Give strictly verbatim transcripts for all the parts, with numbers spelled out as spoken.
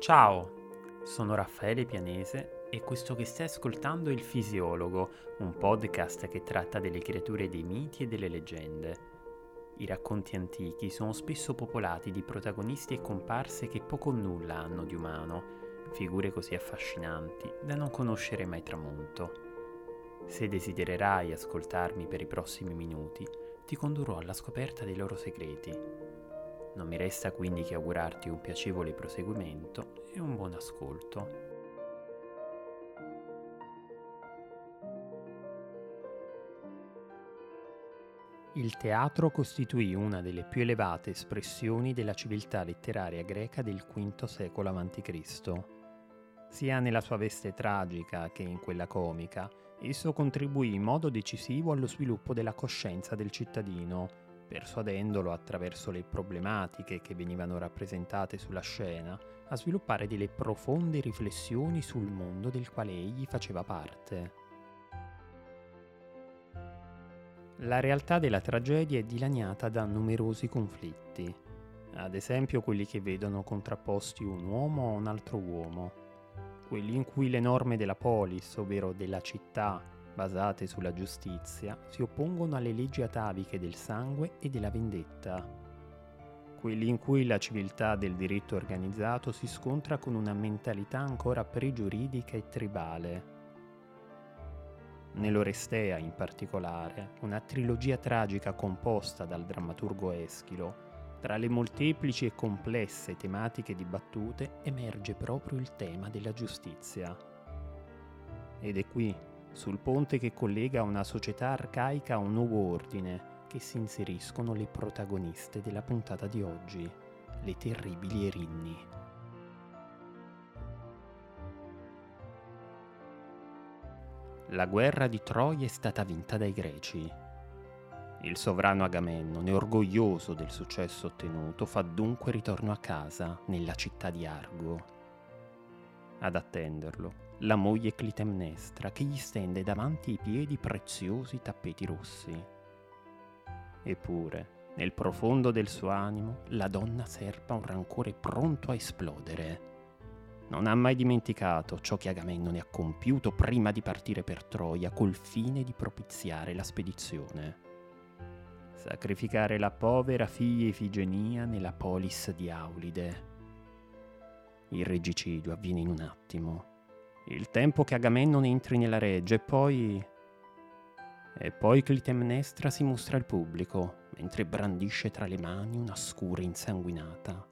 Ciao, sono Raffaele Pianese e questo che stai ascoltando è Il Fisiologo, un podcast che tratta delle creature dei miti e delle leggende. I racconti antichi sono spesso popolati di protagonisti e comparse che poco o nulla hanno di umano, figure così affascinanti da non conoscere mai tramonto. Se desidererai ascoltarmi per i prossimi minuti, ti condurrò alla scoperta dei loro segreti. Non mi resta quindi che augurarti un piacevole proseguimento e un buon ascolto. Il teatro costituì una delle più elevate espressioni della civiltà letteraria greca del quinto secolo avanti Cristo. Sia nella sua veste tragica che in quella comica, esso contribuì in modo decisivo allo sviluppo della coscienza del cittadino, persuadendolo attraverso le problematiche che venivano rappresentate sulla scena a sviluppare delle profonde riflessioni sul mondo del quale egli faceva parte. La realtà della tragedia è dilaniata da numerosi conflitti, ad esempio quelli che vedono contrapposti un uomo a un altro uomo, quelli in cui le norme della polis, ovvero della città, basate sulla giustizia, si oppongono alle leggi ataviche del sangue e della vendetta. Quelli in cui la civiltà del diritto organizzato si scontra con una mentalità ancora pregiuridica e tribale. Nell'Orestea, in particolare, una trilogia tragica composta dal drammaturgo Eschilo, tra le molteplici e complesse tematiche dibattute emerge proprio il tema della giustizia. Ed è qui, sul ponte che collega una società arcaica a un nuovo ordine, che si inseriscono le protagoniste della puntata di oggi, le terribili Erinni. La guerra di Troia è stata vinta dai Greci. Il sovrano Agamennone, orgoglioso del successo ottenuto, fa dunque ritorno a casa, nella città di Argo. Ad attenderlo, la moglie Clitemnestra, che gli stende davanti ai piedi preziosi tappeti rossi. Eppure, nel profondo del suo animo, la donna serba un rancore pronto a esplodere. Non ha mai dimenticato ciò che Agamennone ha compiuto prima di partire per Troia col fine di propiziare la spedizione. Sacrificare la povera figlia Ifigenia nella polis di Aulide. Il regicidio avviene in un attimo. Il tempo che Agamennone entri nella reggia e poi... E poi Clitemnestra si mostra al pubblico, mentre brandisce tra le mani una scura insanguinata.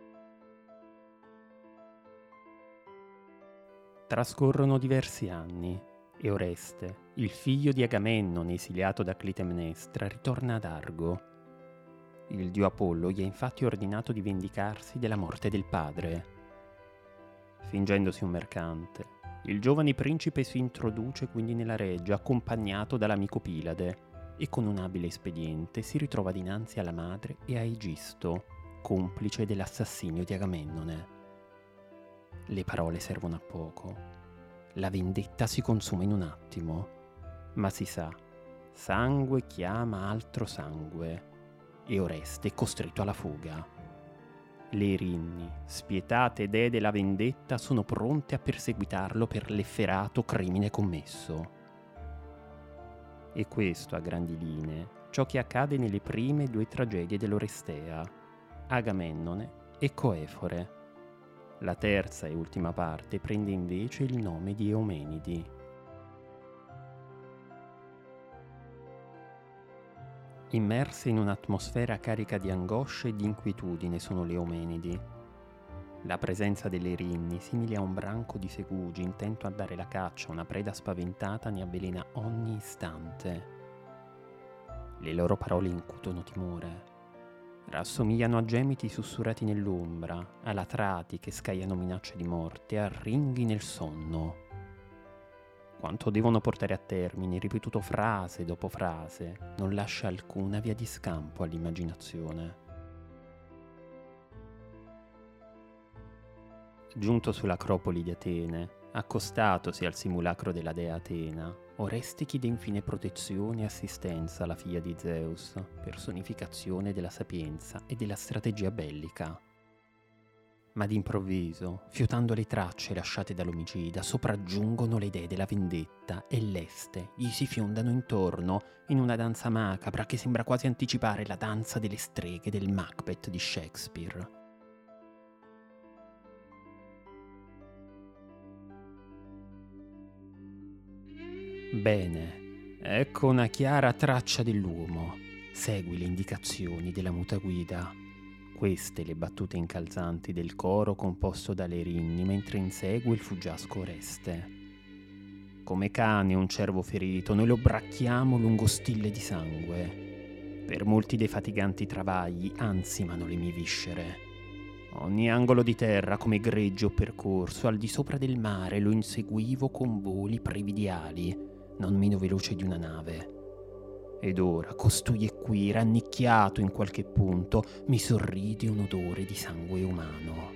Trascorrono diversi anni e Oreste, il figlio di Agamennone esiliato da Clitemnestra, ritorna ad Argo. Il dio Apollo gli ha infatti ordinato di vendicarsi della morte del padre. Fingendosi un mercante, il giovane principe si introduce quindi nella reggia accompagnato dall'amico Pilade e con un abile espediente si ritrova dinanzi alla madre e a Egisto, complice dell'assassinio di Agamennone. Le parole servono a poco. La vendetta si consuma in un attimo, ma si sa, sangue chiama altro sangue e Oreste è costretto alla fuga. Le Erinni, spietate dee della vendetta, sono pronte a perseguitarlo per l'efferato crimine commesso. E questo, a grandi linee, ciò che accade nelle prime due tragedie dell'Orestea, Agamennone e Coefore. La terza e ultima parte prende invece il nome di Eumenidi. Immerse in un'atmosfera carica di angoscia e di inquietudine sono le Eumenidi. La presenza delle Erinni, simile a un branco di segugi intento a dare la caccia a una preda spaventata, ne avvelena ogni istante. Le loro parole incutono timore. Rassomigliano a gemiti sussurrati nell'ombra, a latrati che scagliano minacce di morte, a ringhi nel sonno. Quanto devono portare a termine, ripetuto frase dopo frase, non lascia alcuna via di scampo all'immaginazione. Giunto sull'acropoli di Atene, accostatosi al simulacro della dea Atena, Oreste chiede infine protezione e assistenza alla figlia di Zeus, personificazione della sapienza e della strategia bellica. Ma d'improvviso, fiutando le tracce lasciate dall'omicida, sopraggiungono le idee della vendetta e leste gli si fiondano intorno in una danza macabra che sembra quasi anticipare la danza delle streghe del Macbeth di Shakespeare. Bene, ecco una chiara traccia dell'uomo. Segui le indicazioni della mutaguida. Queste le battute incalzanti del coro composto da Lerinni mentre insegue il fuggiasco Oreste. Come cane un cervo ferito, noi lo bracchiamo lungo stille di sangue. Per molti defatiganti travagli ansimano le mie viscere. Ogni angolo di terra come gregge ho percorso, al di sopra del mare lo inseguivo con voli privi di ali, non meno veloce di una nave. Ed ora costui è qui, rannicchiato in qualche punto, mi sorride un odore di sangue umano.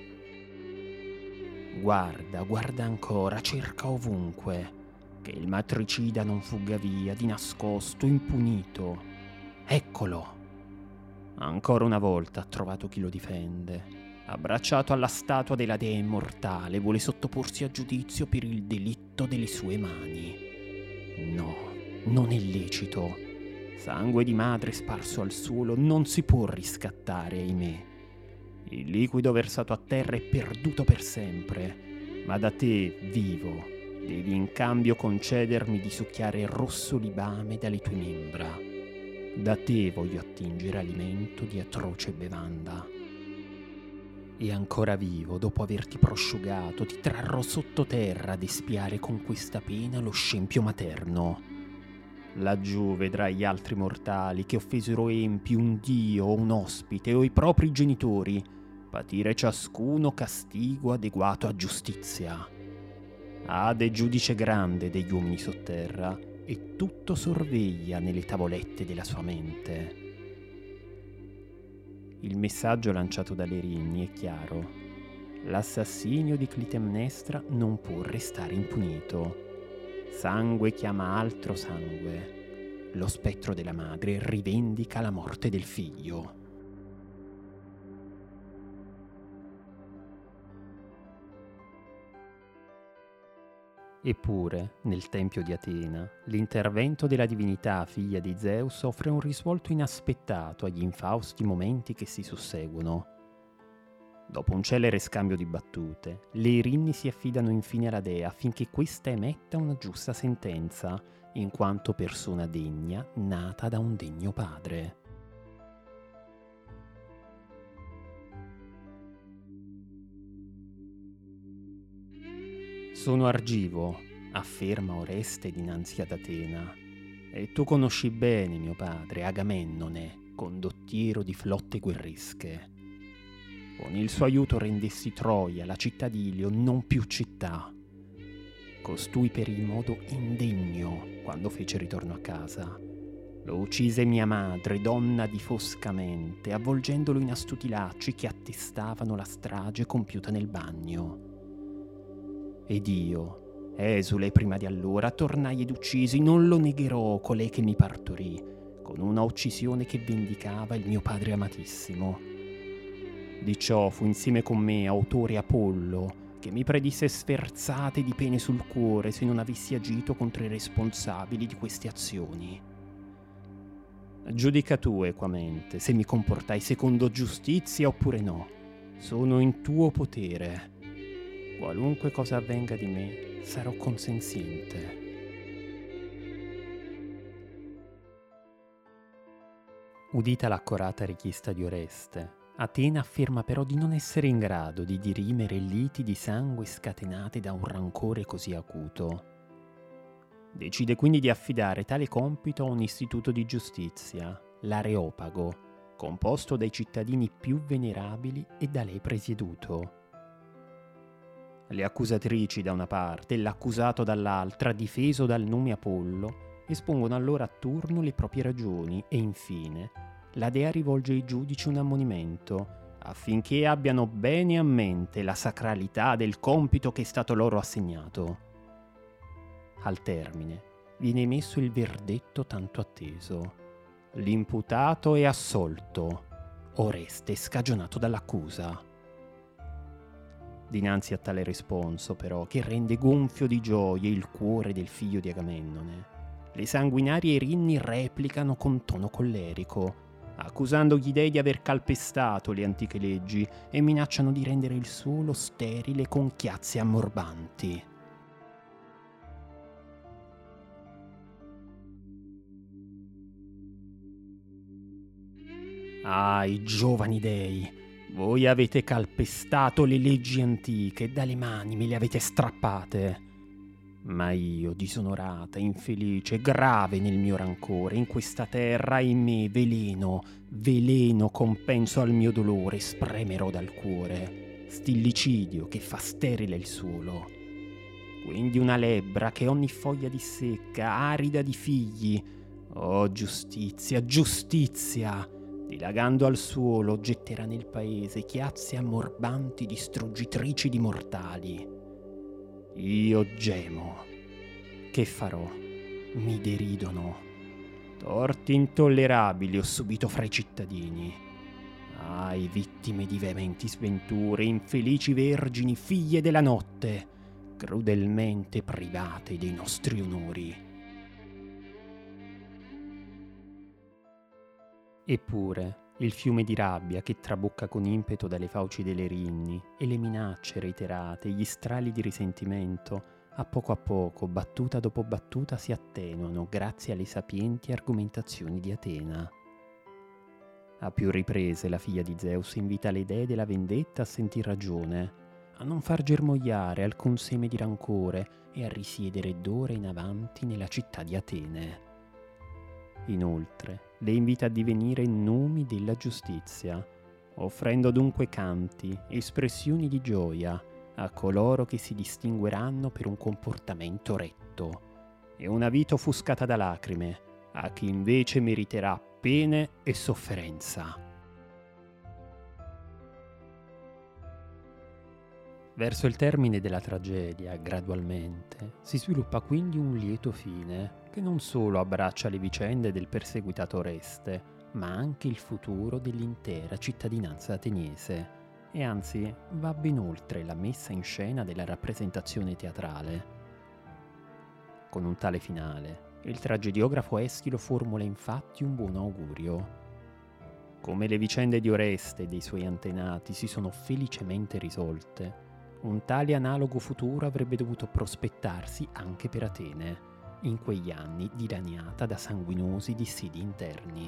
Guarda, guarda ancora, cerca ovunque, che il matricida non fugga via, di nascosto, impunito. Eccolo! Ancora una volta ha trovato chi lo difende. Abbracciato alla statua della dea immortale, vuole sottoporsi a giudizio per il delitto delle sue mani. No, non è lecito. Sangue di madre sparso al suolo non si può riscattare, ahimè. Il liquido versato a terra è perduto per sempre, ma da te, vivo, devi in cambio concedermi di succhiare il rosso libame dalle tue membra. Da te voglio attingere alimento di atroce bevanda. E ancora vivo, dopo averti prosciugato, ti trarrò sottoterra ad espiare con questa pena lo scempio materno. Laggiù vedrai gli altri mortali che offesero empi, un dio o un ospite o i propri genitori, patire ciascuno castigo adeguato a giustizia. Ade giudice grande degli uomini sotterra e tutto sorveglia nelle tavolette della sua mente. Il messaggio lanciato da Lerinni è chiaro. L'assassinio di Clitemnestra non può restare impunito. Sangue chiama altro sangue. Lo spettro della madre rivendica la morte del figlio. Eppure, nel tempio di Atena, l'intervento della divinità figlia di Zeus offre un risvolto inaspettato agli infausti momenti che si susseguono. Dopo un celere scambio di battute, le Erinni si affidano infine alla dea affinché questa emetta una giusta sentenza, in quanto persona degna nata da un degno padre. Sono Argivo, afferma Oreste dinanzi ad Atena, e tu conosci bene mio padre, Agamennone, condottiero di flotte guerresche. Con il suo aiuto rendessi Troia, la città di Ilio, non più città. Costui perì in modo indegno quando fece ritorno a casa. Lo uccise mia madre, donna di fosca mente, avvolgendolo in astuti lacci che attestavano la strage compiuta nel bagno. Ed io, esule prima di allora, tornai ed uccisi, non lo negherò, colei che mi partorì, con una uccisione che vendicava il mio padre amatissimo. Di ciò fu insieme con me autore Apollo, che mi predisse sferzate di pene sul cuore se non avessi agito contro i responsabili di queste azioni. Giudica tu equamente se mi comportai secondo giustizia oppure no. Sono in tuo potere. Qualunque cosa avvenga di me, sarò consenziente. Udita l'accorata richiesta di Oreste, Atena afferma però di non essere in grado di dirimere liti di sangue scatenate da un rancore così acuto. Decide quindi di affidare tale compito a un istituto di giustizia, l'Areopago, composto dai cittadini più venerabili e da lei presieduto. Le accusatrici da una parte e l'accusato dall'altra, difeso dal nome Apollo, espongono allora a turno le proprie ragioni e infine la dea rivolge ai giudici un ammonimento affinché abbiano bene a mente la sacralità del compito che è stato loro assegnato. Al termine viene emesso il verdetto tanto atteso. L'imputato è assolto, Oreste è scagionato dall'accusa. dinanzi a tale responso, però, che rende gonfio di gioia il cuore del figlio di Agamennone. Le sanguinarie Erinni replicano con tono collerico, accusando gli dei di aver calpestato le antiche leggi e minacciano di rendere il suolo sterile con chiazze ammorbanti. Ah, i giovani dei, voi avete calpestato le leggi antiche e dalle mani me le avete strappate. Ma io, disonorata, infelice, grave nel mio rancore, in questa terra, ahimè, veleno, veleno compenso al mio dolore, spremerò dal cuore, stillicidio che fa sterile il suolo. Quindi una lebbra che ogni foglia dissecca, arida di figli. Oh, giustizia, giustizia! Dilagando al suolo, getterà nel paese chiazze ammorbanti distruggitrici di mortali. Io gemo. Che farò? Mi deridono. Torti intollerabili ho subito fra i cittadini. Ai, vittime di veementi sventure, infelici vergini, figlie della notte, crudelmente private dei nostri onori. Eppure, il fiume di rabbia che trabocca con impeto dalle fauci delle Erinni e le minacce reiterate, gli strali di risentimento, a poco a poco, battuta dopo battuta, si attenuano grazie alle sapienti argomentazioni di Atena. A più riprese la figlia di Zeus invita le dee della vendetta a sentir ragione, a non far germogliare alcun seme di rancore e a risiedere d'ora in avanti nella città di Atene. Inoltre, le invita a divenire nomi della giustizia, offrendo dunque canti, espressioni di gioia a coloro che si distingueranno per un comportamento retto e una vita offuscata da lacrime a chi invece meriterà pene e sofferenza. Verso il termine della tragedia, gradualmente, si sviluppa quindi un lieto fine che non solo abbraccia le vicende del perseguitato Oreste, ma anche il futuro dell'intera cittadinanza ateniese, e anzi va ben oltre la messa in scena della rappresentazione teatrale. Con un tale finale, il tragediografo Eschilo formula infatti un buon augurio. Come le vicende di Oreste e dei suoi antenati si sono felicemente risolte, un tale analogo futuro avrebbe dovuto prospettarsi anche per Atene, in quegli anni dilaniata da sanguinosi dissidi interni.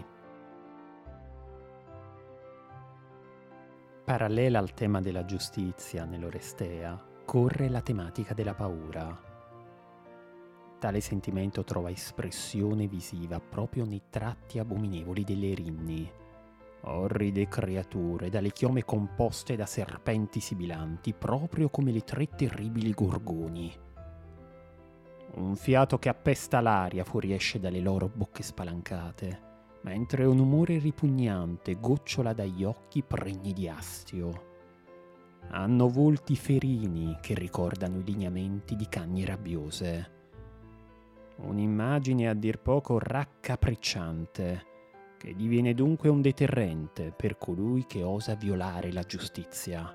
Parallela al tema della giustizia nell'Orestea, corre la tematica della paura. Tale sentimento trova espressione visiva proprio nei tratti abominevoli delle Erinni, orride creature dalle chiome composte da serpenti sibilanti, proprio come le tre terribili gorgoni. Un fiato che appesta l'aria fuoriesce dalle loro bocche spalancate, mentre un umore ripugnante gocciola dagli occhi pregni di astio. Hanno volti ferini che ricordano i lineamenti di cagne rabbiose. Un'immagine a dir poco raccapricciante, che diviene dunque un deterrente per colui che osa violare la giustizia.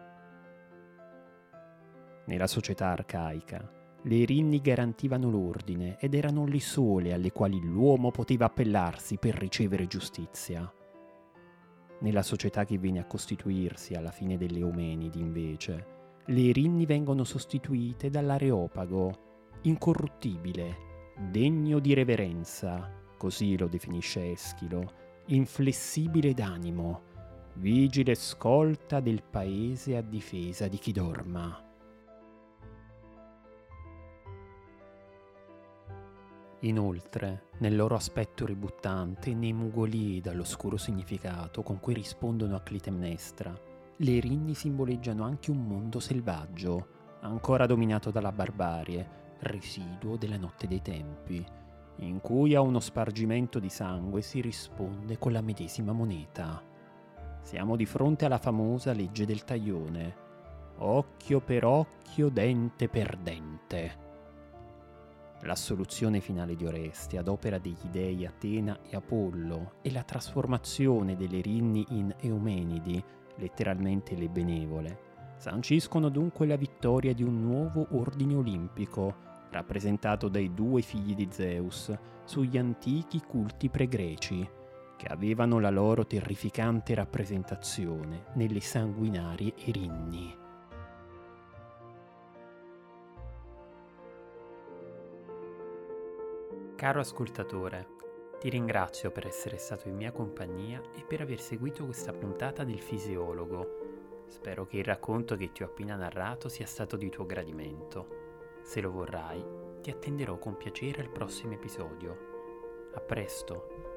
Nella società arcaica, le Erinni garantivano l'ordine ed erano le sole alle quali l'uomo poteva appellarsi per ricevere giustizia. Nella società che viene a costituirsi alla fine delle Eumenidi, invece, le Erinni vengono sostituite dall'Areopago, incorruttibile, degno di reverenza, così lo definisce Eschilo, inflessibile d'animo, vigile scolta del paese a difesa di chi dorma. Inoltre, nel loro aspetto ributtante, né mugolii dall'oscuro significato con cui rispondono a Clitemnestra, le Erinni simboleggiano anche un mondo selvaggio, ancora dominato dalla barbarie, residuo della notte dei tempi, in cui a uno spargimento di sangue si risponde con la medesima moneta. Siamo di fronte alla famosa legge del taglione, occhio per occhio, dente per dente. L'assoluzione finale di Oreste ad opera degli dei Atena e Apollo e la trasformazione delle Erinni in Eumenidi, letteralmente le benevole, sanciscono dunque la vittoria di un nuovo ordine olimpico, rappresentato dai due figli di Zeus, sugli antichi culti pregreci, che avevano la loro terrificante rappresentazione nelle sanguinarie Erinni. Caro ascoltatore, ti ringrazio per essere stato in mia compagnia e per aver seguito questa puntata del Fisiologo. Spero che il racconto che ti ho appena narrato sia stato di tuo gradimento. Se lo vorrai, ti attenderò con piacere al prossimo episodio. A presto!